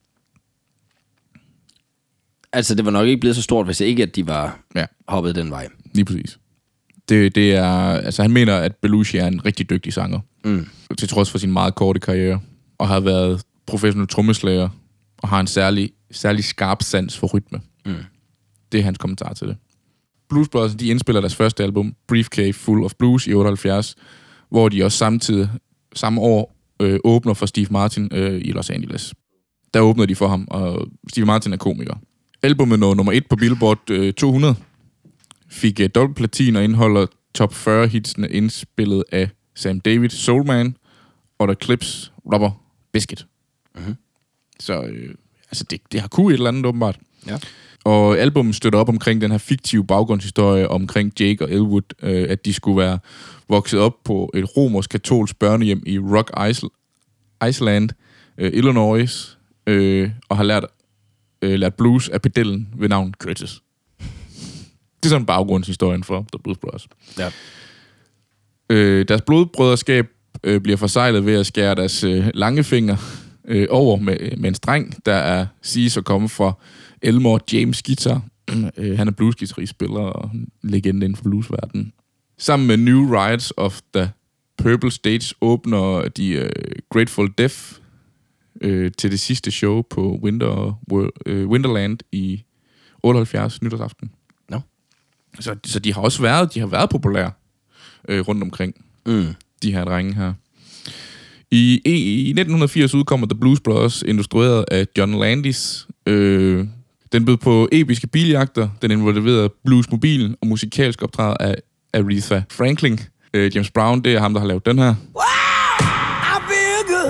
Altså, det var nok ikke blevet så stort, hvis ikke, at de var ja. hoppet den vej. Lige præcis. Det, det er, altså han mener, at Belushi er en rigtig dygtig sanger. Mm. Til trods for sin meget korte karriere. Og har været professionel trommeslager. Og har en særlig, særlig skarp sans for rytme. Mm. Det er hans kommentar til det. Blues Brothers, de indspiller deres første album, Briefcase Full of Blues, i otteoghalvfjerds. Hvor de også samtidig, samme år, øh, åbner for Steve Martin øh, i Los Angeles. Der åbner de for ham, og Steve Martin er komiker. Albummet nåede nummer et på Billboard øh, to hundrede. Fik uh, dobbelt platin og indeholder top fyrre hitsene indspillet af Sam David, Soulman, og The Clips, Rubber Biscuit. Mm-hmm. Så øh, altså det, det har kunnet et eller andet åbenbart. Ja. Og albummet støtter op omkring den her fiktive baggrundshistorie omkring Jake og Elwood, øh, at de skulle være vokset op på et romersk-katolsk børnehjem i Rock Island, øh, Illinois, øh, og har lært, øh, lært blues af pedellen ved navn Curtis. Det er sådan baggrundshistorien for The Blues Brothers. Ja. Øh, deres blodbrøderskab øh, bliver forsejlet ved at skære deres øh, lange fingre øh, over med, med en streng, der er siges at komme fra Elmore James Guitar. øh, han er bluesguitarist-spiller og legende inden for bluesverdenen. Sammen med New Rides of the Purple Stage åbner de øh, Grateful Dead øh, til det sidste show på Winter, øh, Winterland i otteoghalvfjerds nytårsaften. No. Så, så de har også været, de har været populære øh, rundt omkring, mm. de her drenge her. I, i, i nitten firs udkommer The Blues Brothers, instrueret af John Landis. Øh, den bød på episke biljagter, den involverede bluesmobilen og musikalsk optræd af Aretha Franklin. Øh, James Brown, det er ham, der har lavet den her. Wow, I feel good.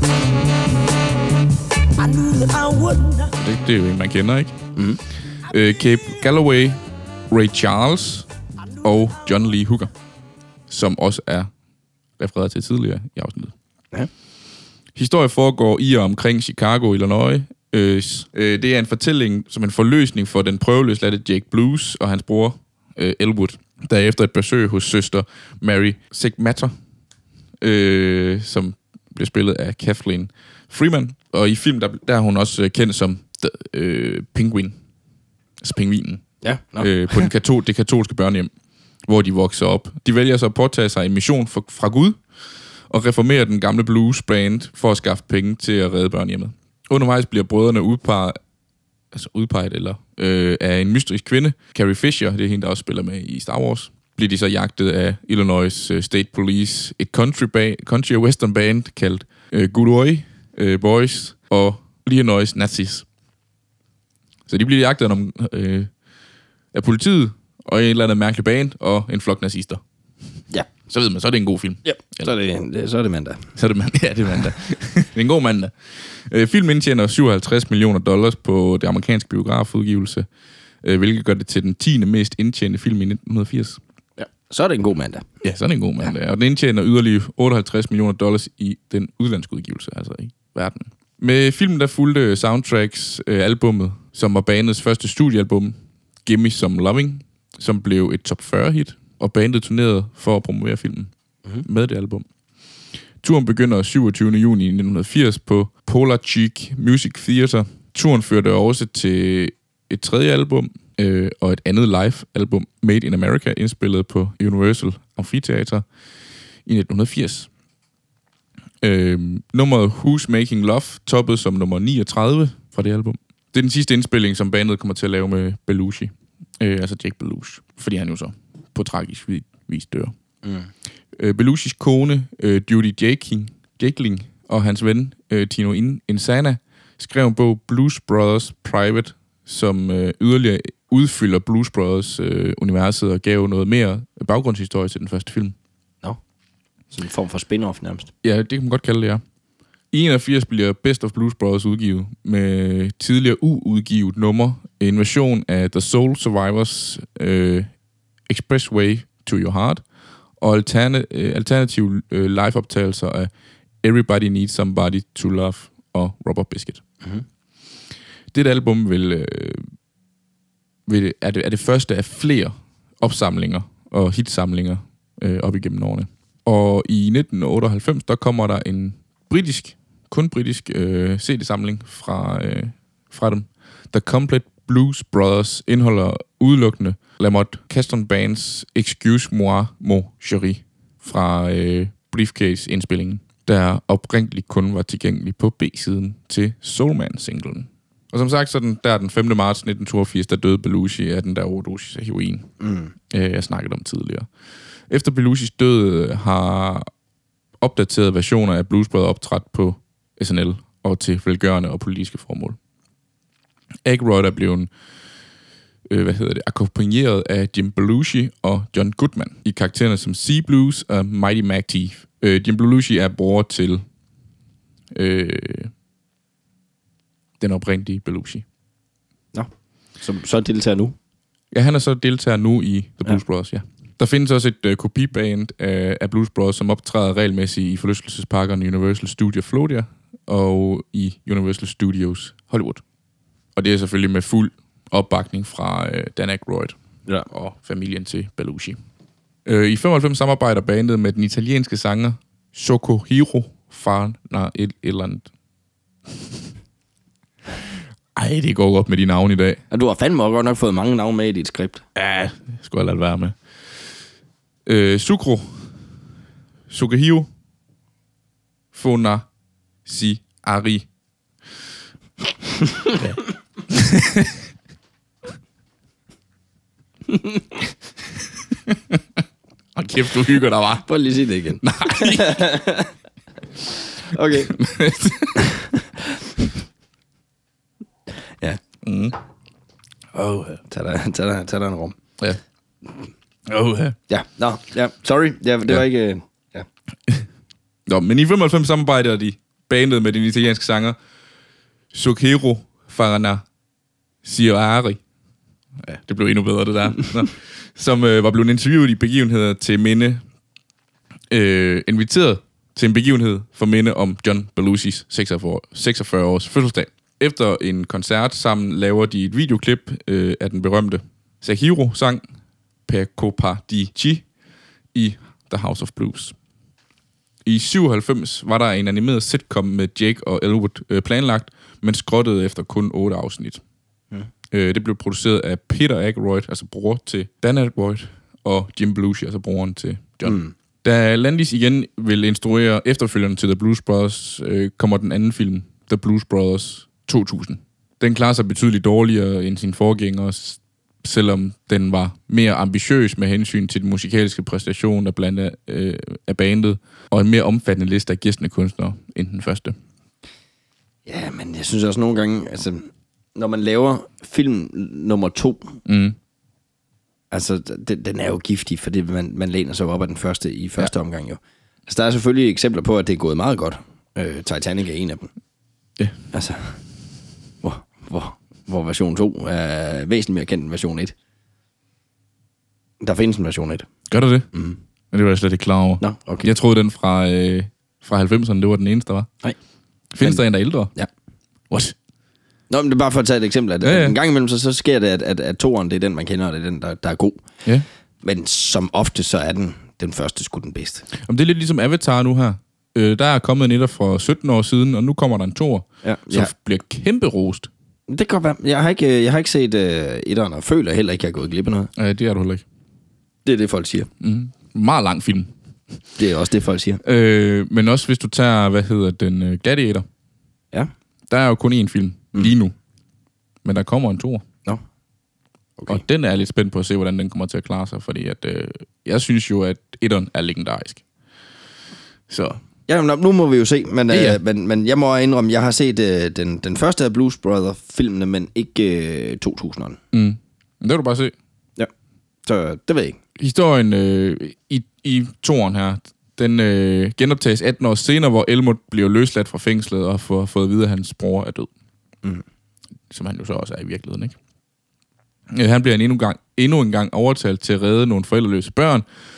I knew that I wouldn't. Det, det er jo en, man kender, ikke? Mm. Øh, Cape Galloway, Ray Charles og John Lee Hooker, som også er refereret til tidligere i afsnittet. Ja. Historien foregår i og omkring Chicago, Illinois. Øh, øh, det er en fortælling som en forløsning for den prøveløsladte Jake Blues og hans bror øh, Elwood, der efter et besøg hos søster Mary Sigmatter, øh, som blev spillet af Kathleen Freeman. Og i film, der, der er hun også kendt som the, øh, Penguin, altså pingvinen, ja, no. øh, på den katol- det katolske børnehjem, hvor de vokser op. De vælger så at påtage sig en mission for, fra Gud og reformere den gamle blues band for at skaffe penge til at redde børnehjemmet. Undervejs bliver brødrene udpeget altså udpeget eller øh, af en mystisk kvinde, Carrie Fisher, det er hende, der også spiller med i Star Wars, bliver de så jagtet af Illinois State Police, et country, ba- country western band kaldt øh, Good øh, Boys og Illinois Nazis. Så de bliver jagtet af, øh, af politiet og en eller anden mærkelig band og en flok nazister. Ja. Så ved man, så er det en god film. Ja, så er det, det, så er det mandag. Så er det mandag. Ja, det er mandag. Det er en god mandag. Øh, filmen indtjener syvoghalvtreds millioner dollars på det amerikanske biografudgivelse, øh, hvilket gør det til den tiende mest indtjente film i nitten firs. Ja, så er det en god mandag. Ja, så er det en god mandag. Ja. Og den indtjener yderligere otteoghalvtreds millioner dollars i den udlandske udgivelse, altså i verden. Med filmen, der fulgte soundtracks øh, albummet, som var bandets første studiealbum, Gimme Some Loving, som blev et top fyrre hit, og bandet turnerede for at promovere filmen mm-hmm. med det album. Turen begynder syvogtyvende juni nitten firs på Polar Cheek Music Theater. Turen førte også til et tredje album øh, og et andet live-album, Made in America, indspillet på Universal Amphitheater i nitten firs. Øh, nummeret Who's Making Love toppede som nummer niogtredive fra det album. Det er den sidste indspilling, som bandet kommer til at lave med Belushi. Øh, altså Jake Belushi, fordi han jo så på tragisk vis dør. Mm. Øh, Belushis kone, øh, Judy Jaking, Jakeling, og hans ven, øh, Tino Insana, skrev en bog Blues Brothers Private, som øh, yderligere udfylder Blues Brothers øh, universet og gav noget mere baggrundshistorie til den første film. Nå, no. Sådan en form for spin-off nærmest. Ja, det kan man godt kalde det, ja. I enogfirs bliver Best of Blues Brothers udgivet med tidligere uudgivet nummer, en version af The Soul Survivors øh, Expressway to Your Heart, og alterne, øh, alternative øh, live-optagelser af Everybody Needs Somebody to Love og Rubber Biscuit. Mm-hmm. Dette album vil, øh, vil, er, det, er det første af flere opsamlinger og hitsamlinger øh, op igennem årene. Og i nitten otteoghalvfems, der kommer der en britisk, kun britisk øh, C D-samling fra, øh, fra dem. The Complete Blues Brothers indeholder udelukkende Lamont Caston Bands Excuse Moi Mon Chéri fra øh, Briefcase-indspillingen, der oprindeligt kun var tilgængelig på B-siden til Soulman-singlen. Og som sagt, så den, der den femte marts nitten toogfirs, der døde Belushi af den der overdosis af heroin, mm. øh, jeg snakkede om tidligere. Efter Belushis død har opdaterede versioner af Blues Brothers optrådt på S N L og til velgørende og politiske formål. Aykroyd er blevet øh, hvad hedder det, akkompagneret af Jim Belushi og John Goodman i karaktererne som Sea Blues og Mighty Mac T. Øh, Jim Belushi er bror til øh, den oprindelige Belushi. Nå, så, så deltager nu? Ja, han er så deltager nu i The Blues ja. Brothers, ja. Der findes også et øh, kopiband af, af Blues Brothers, som optræder regelmæssigt i forlystelsesparkerne Universal Studio Florida og i Universal Studios Hollywood. Og det er selvfølgelig med fuld opbakning fra øh, Dan Aykroyd ja. og familien til Belushi. Øh, I femoghalvfems samarbejder bandet med den italienske sanger Sokohiro Farna et eller andet. Ej, det går godt med de navne i dag. Ja, du har fandme godt nok fået mange navne med i dit skript. Ja, det skulle jeg lade være med. Øh, Sukro Sukehiro Fona Si Ari. Ja. Og kæft, du hygger dig, var. Prøv lige at sige det igen. Nej. Okay. Ja. Mm. Oh, tag dig, tag dig, tag dig en rum. Ja. Oh, ja. Ja, nå, ja, sorry. Ja, det ja. var ikke... Ja. Nå, men i femoghalvfems samarbejder de bandet med den italienske sanger Sukehiro Farna Siari. Ja, det blev endnu bedre, det der. Nå. Som øh, var blevet interviewet i begivenheder til minde... Øh, inviteret til en begivenhed for minde om John Belushis seksogfyrre års fødselsdag. Efter en koncert sammen laver de et videoklip øh, af den berømte Sukehiro-sang Per Copa di Chi i The House of Blues. I syvoghalvfems var der en animeret sitcom med Jake og Elwood øh, planlagt, men skrottede efter kun otte afsnit. Mm. Øh, det blev produceret af Peter Aykroyd, altså bror til Dan Aykroyd, og Jim Belushi, altså broren til John. Mm. Da Landis igen vil instruere efterfølgende til The Blues Brothers, øh, kommer den anden film, The Blues Brothers to tusind, Den klarer sig betydeligt dårligere end sin forgænger, selvom den var mere ambitiøs med hensyn til den musikalske præstation af, blandt øh, af bandet, og en mere omfattende liste af gæstende kunstnere end den første. Ja, men jeg synes også nogle gange, altså, når man laver film nummer to, mm. altså, den, den er jo giftig, fordi man, man læner sig op af den første i første ja. omgang jo. Altså, der er selvfølgelig eksempler på, at det er gået meget godt. Øh, Titanic er en af dem. Ja. Altså, hvor, hvor, hvor version to er væsentligt mere kendt end version et. Der findes en version et. Gør der det? Mm. Men det var jeg slet ikke klar over. Nå, okay. Jeg troede, den fra, øh, fra halvfemserne, det var den eneste, der var. Nej. Findes men, der en, der er ældre? Ja. What? Nå, men det er bare for at tage et eksempel. At, ja, ja. En gang imellem, så, så sker det, at, at, at toeren, det er den, man kender, og det er den, der, der er god. Ja. Men som ofte, så er den, den første sgu den bedste. Om det er lidt ligesom Avatar nu her. Øh, der er kommet en etter for sytten år siden, og nu kommer der en toer, ja, som ja. bliver kæmpe rost. Det kan godt være. Jeg har ikke, jeg har ikke set uh, etteren, og føler heller ikke, at jeg er gået glip af noget. Ja, det er du heller ikke. Det er det, folk siger. Mm. Meget lang film. Det er også det, folk siger. Øh, men også hvis du tager, hvad hedder den, uh, Gladiator. Ja. Der er jo kun én film mm. lige nu. Men der kommer en toer. Nå. Okay. Og den er jeg lidt spændt på at se, hvordan den kommer til at klare sig, fordi at, øh, jeg synes jo, at etteren er legendarisk. Så... Ja, nu må vi jo se, men, ja, ja. Øh, men, men jeg må indrømme, jeg har set øh, den, den første af Blues Brothers-filmene, men ikke øh, to tusinderne. Mm. Det vil du bare se. Ja, så det ved jeg ikke. Historien øh, i, i toeren her, den øh, genoptages atten år senere, hvor Elmwood bliver løsladt fra fængslet og får fået at vide, at hans bror er død. Mm. Som han jo så også er i virkeligheden, ikke? Ja, han bliver en endnu, gang, endnu en gang overtalt til at redde nogle forældreløse børn,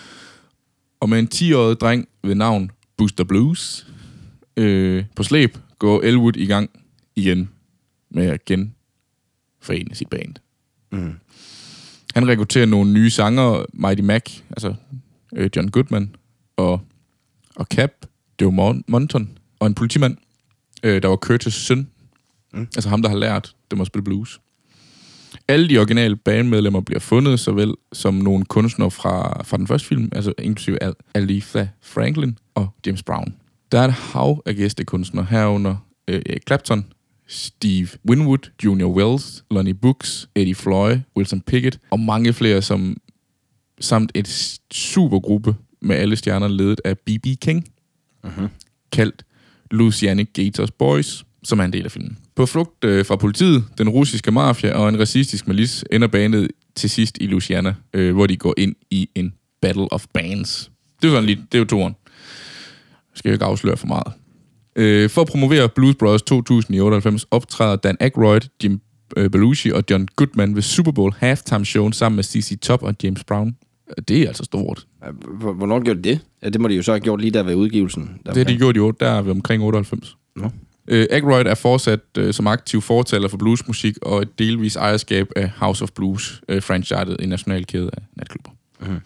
og med en ti-årig dreng ved navn Buster Blues øh, på slæb, går Elwood i gang igen med at genforene sit band. Mm. Han rekrutterer nogle nye sangere, Mighty Mac, altså øh, John Goodman, og, og Cap, det var Monton, og en politimand, øh, der var Curtis' søn, mm. altså ham, der har lært dem at spille blues. Alle de originale bandmedlemmer bliver fundet, såvel som nogle kunstnere fra, fra den første film, altså inklusive Aretha Franklin og James Brown. Der er et hav af gæstekunstnere herunder øh, Clapton, Steve Winwood, Junior Wells, Lonnie Brooks, Eddie Floyd, Wilson Pickett og mange flere, som samt et supergruppe med alle stjerner ledet af B B King, uh-huh. kaldt Louisiana Gators Boys, som er en del af filmen. På flugt øh, fra politiet, den russiske mafia og en racistisk milis ender bandet til sidst i Louisiana, øh, hvor de går ind i en battle of bands. Det er jo sådan lidt, det er jo toren. Skal jeg ikke afsløre for meget. Øh, for at promovere Blues Brothers to tusind i otteoghalvfems optræder Dan Aykroyd, Jim øh, Belushi og John Goodman ved Super Bowl halftime show sammen med C C Top og James Brown. Det er altså stort. Hvornår gjorde de det? Ja, det må de jo så have gjort lige der ved udgivelsen. Der det har de gjort jo der ved omkring otteoghalvfems. Nå. Øh, Aykroyd er fortsat øh, som aktiv fortaler for bluesmusik og et delvis ejerskab af House of Blues, øh, franchiset i national kæde af natklubber. Mm.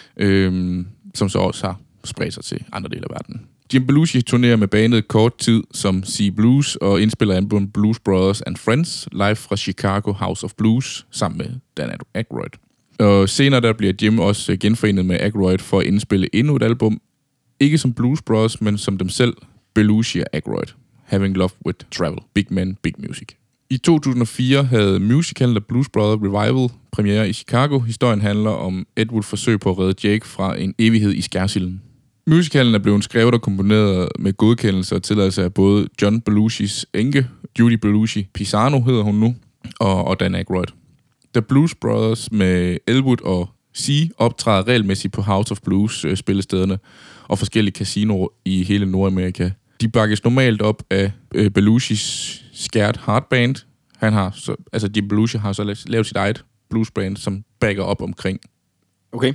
Øh, som så også har spredt sig til andre dele af verden. Jim Belushi turnerer med bandet kort tid som C Blues og indspiller album Blues Brothers and Friends live fra Chicago House of Blues sammen med Dan Aykroyd. Og senere der bliver Jim også genforenet med Aykroyd for at indspille endnu et album, ikke som Blues Brothers, men som dem selv, Belushi og Aykroyd. Having Love with Travel. Big Men, Big Music. I to tusind og fire havde musicalen The Blues Brothers Revival premiere i Chicago. Historien handler om Ed Woods forsøg på at redde Jake fra en evighed i skærsilden. Musicalen er blevet skrevet og komponeret med godkendelse og tilladelse af både John Belushis enke, Judy Belushi Pisano hedder hun nu, og, og Dan Aykroyd. The Blues Brothers med Elwood og C optræder regelmæssigt på House of Blues øh, spillestederne og forskellige casinoer i hele Nordamerika. De bakkes normalt op af øh, Belushis Scared Heart Band. Han har så, altså Jim Belushi har så lavet sit eget bluesband, som backer op omkring. Okay.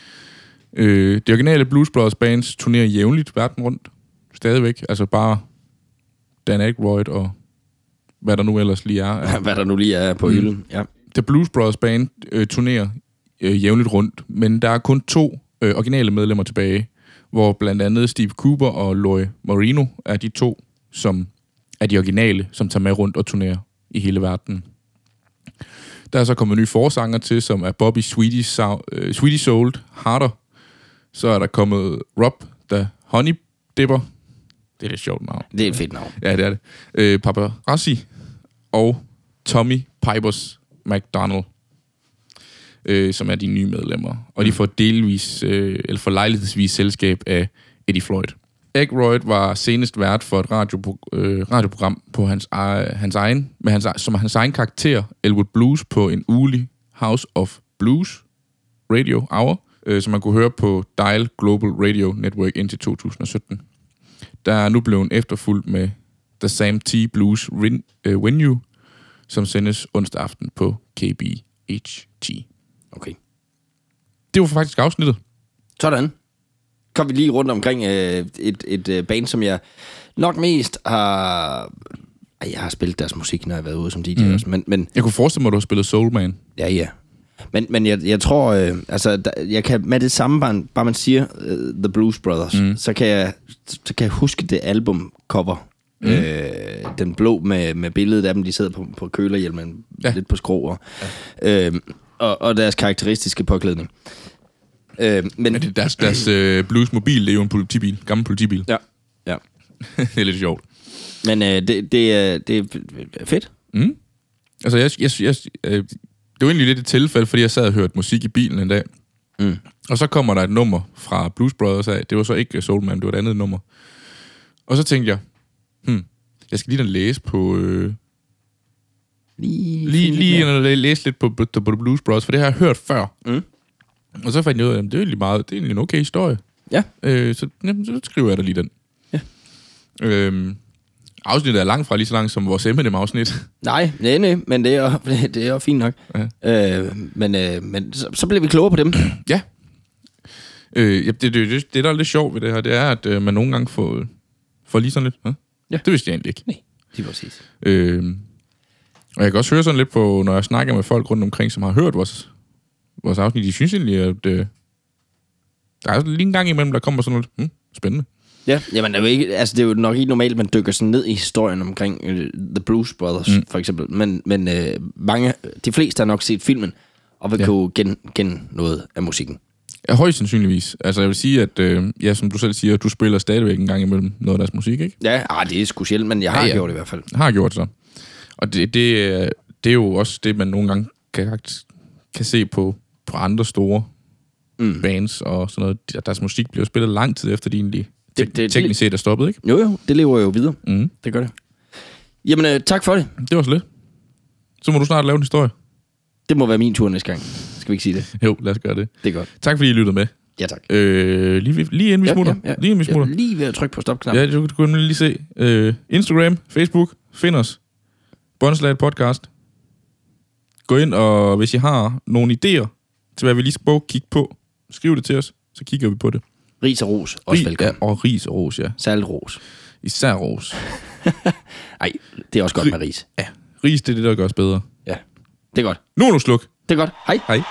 Øh, det originale Blues Brothers bands turnerer jævnligt verden rundt. Stadigvæk. Altså bare Dan Aykroyd og hvad der nu ellers lige er. Ja, hvad der nu lige er på mm. hylden. Ja. The Blues Brothers band øh, turnerer øh, jævnligt rundt, men der er kun to øh, originale medlemmer tilbage, hvor blandt andet Steve Cooper og Loy Moreno er de to, som er de originale, som tager med rundt og turnerer i hele verden. Der er så kommet nye forsanger til, som er Bobby Sweetie, Soul, øh, Sweetie Soul Harder. Så er der kommet Rob, the Honey Dipper. Det er et sjovt navn. Det er et fedt navn. Ja, det er det. Øh, Paparazzi og Tommy Pipers McDonald, øh, som er de nye medlemmer. Og de får delvis, øh, eller får lejlighedsvis selskab af Eddie Floyd. Aykroyd var senest vært for et radio, øh, radioprogram på hans, øh, hans egen, med hans, som hans egen karakter, Elwood Blues, på en ugelig House of Blues Radio Hour, øh, som man kunne høre på Dial Global Radio Network indtil to tusind og sytten. Der er nu blevet efterfulgt med The Sam T. Blues Rin, øh, Venue, som sendes onsdag aften på K B H G. Okay. Det var faktisk afsnittet. Sådan. Kom vi lige rundt omkring øh, et, et øh, band, som jeg nok mest har... Ej, jeg har spillet deres musik, når jeg har været ude som D J mm. også, men, men... Jeg kunne forestille mig, at du har spillet Soul Man. Ja, ja. Men, men jeg, jeg tror, øh, altså, der, jeg kan med det samme, bare, bare man siger uh, The Blues Brothers, mm. så, kan jeg, så kan jeg huske det albumcover. Mm. Øh, den blå med, med billedet af dem, de sidder på, på kølerhjelmen, ja. Lidt på skrå, ja. øh, og, og deres karakteristiske påklædning. Øh, men ja, det, deres deres øh, Blues mobil, det er jo en politibil, gammel politibil. Ja, ja. Det er lidt sjovt. Men øh, det, det, er, det er fedt. Mm. Altså, jeg, jeg, jeg, øh, det var egentlig lidt et tilfælde, fordi jeg sad og hørte musik i bilen en dag. Mm. Og så kommer der et nummer fra Blues Brothers af. Det var så ikke Soul Man, det var et andet nummer. Og så tænkte jeg, hmm, jeg skal lige læse på... Øh, lige lige, lige læse lidt på, på, på Blues Brothers, for det har jeg hørt før. Mm. Og så fandt jeg ud af, at det er egentlig meget, det er egentlig en okay historie. Ja. Øh, så, jamen, så skriver jeg da lige den. Ja. Øhm, afsnittet er langt fra lige så langt som vores Eminem-afsnit. Nej, nej, nej, men det er jo, det er jo fint nok. Ja. Øh, men øh, men så, så bliver vi klogere på dem. Ja. Øh, ja det, det, det, det, der er lidt sjovt ved det her, det er, at øh, man nogle gange får, får lige sådan lidt. Huh? Ja. Det vidste jeg egentlig ikke. Nej, det er præcis. Øh, og jeg kan også høre sådan lidt på, når jeg snakker med folk rundt omkring, som har hørt vores, vores afsnit, de synes egentlig, at øh, der er lige en gang imellem, der kommer sådan noget hmm, spændende. Ja, jamen det er jo ikke, altså det er jo nok ikke normalt, man dykker sådan ned i historien omkring uh, The Blues Brothers, mm. for eksempel. Men, men uh, mange, de fleste har nok set filmen, og vil ja. kunne gen, gen noget af musikken. Ja, højst sandsynligvis. Altså jeg vil sige, at øh, ja, som du selv siger, du spiller stadigvæk en gang imellem noget af deres musik, ikke? Ja, ah, det er sgu sjældent, men jeg har ja, ja. gjort det i hvert fald. Jeg har gjort så. Og det, det, det er jo også det, man nogle gange kan, kan se på, på andre store mm. bands og sådan noget. Deres musik bliver spillet lang tid efter, de egentlig det, det, teknisk set er stoppet, ikke? Jo, jo. Det lever jo videre. Mm. Det gør det. Jamen, øh, tak for det. Det var så lidt. Så må du snart lave en historie. Det må være min tur næste gang. Skal vi ikke sige det? Jo, lad os gøre det. Det er godt. Tak fordi I lyttede med. Ja, tak. Øh, lige, lige inden vi ja, smutter. Ja, ja. Lige inden vi smutter. Jeg er lige ved at trykke på stopknappen. Ja, du kan lige se. Øh, Instagram, Facebook, find os. Båndslaget podcast. Gå ind, og hvis I har nogle idéer til, hvad vi lige skal kigge på, skriv det til os, så kigger vi på det. Ris og ros, også velkommen. Ja, og ris og ros, ja. Særligt ros. Især ros. Ej, det er også godt med ris. Ja, ris, det er det, der gør os bedre. Ja, det er godt. Nu er du sluk. Det er godt. Hej. Hej.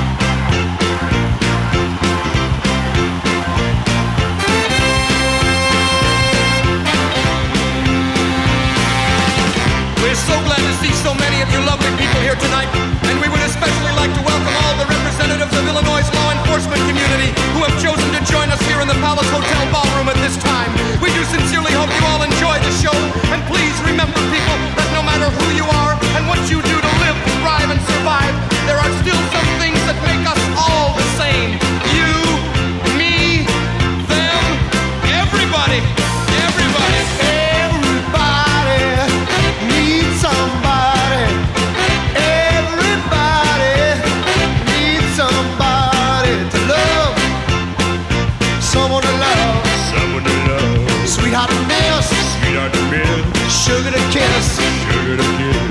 We're so glad to see so many of you lovely people here tonight, and we would especially like to welcome all the representatives of Illinois' law enforcement community who have chosen to join us here in the Palace Hotel ballroom at this time. We do sincerely hope you all enjoy the show, and please remember, people, that no matter who you are and what you do to live, thrive, and survive, there are still some things that make us all the same. You, me, them, everybody, everybody. Everybody needs somebody. Everybody needs somebody to love. Someone to love. Someone to love. Sweetheart to miss. Sweetheart to miss. Sugar to kiss. Sugar to kiss.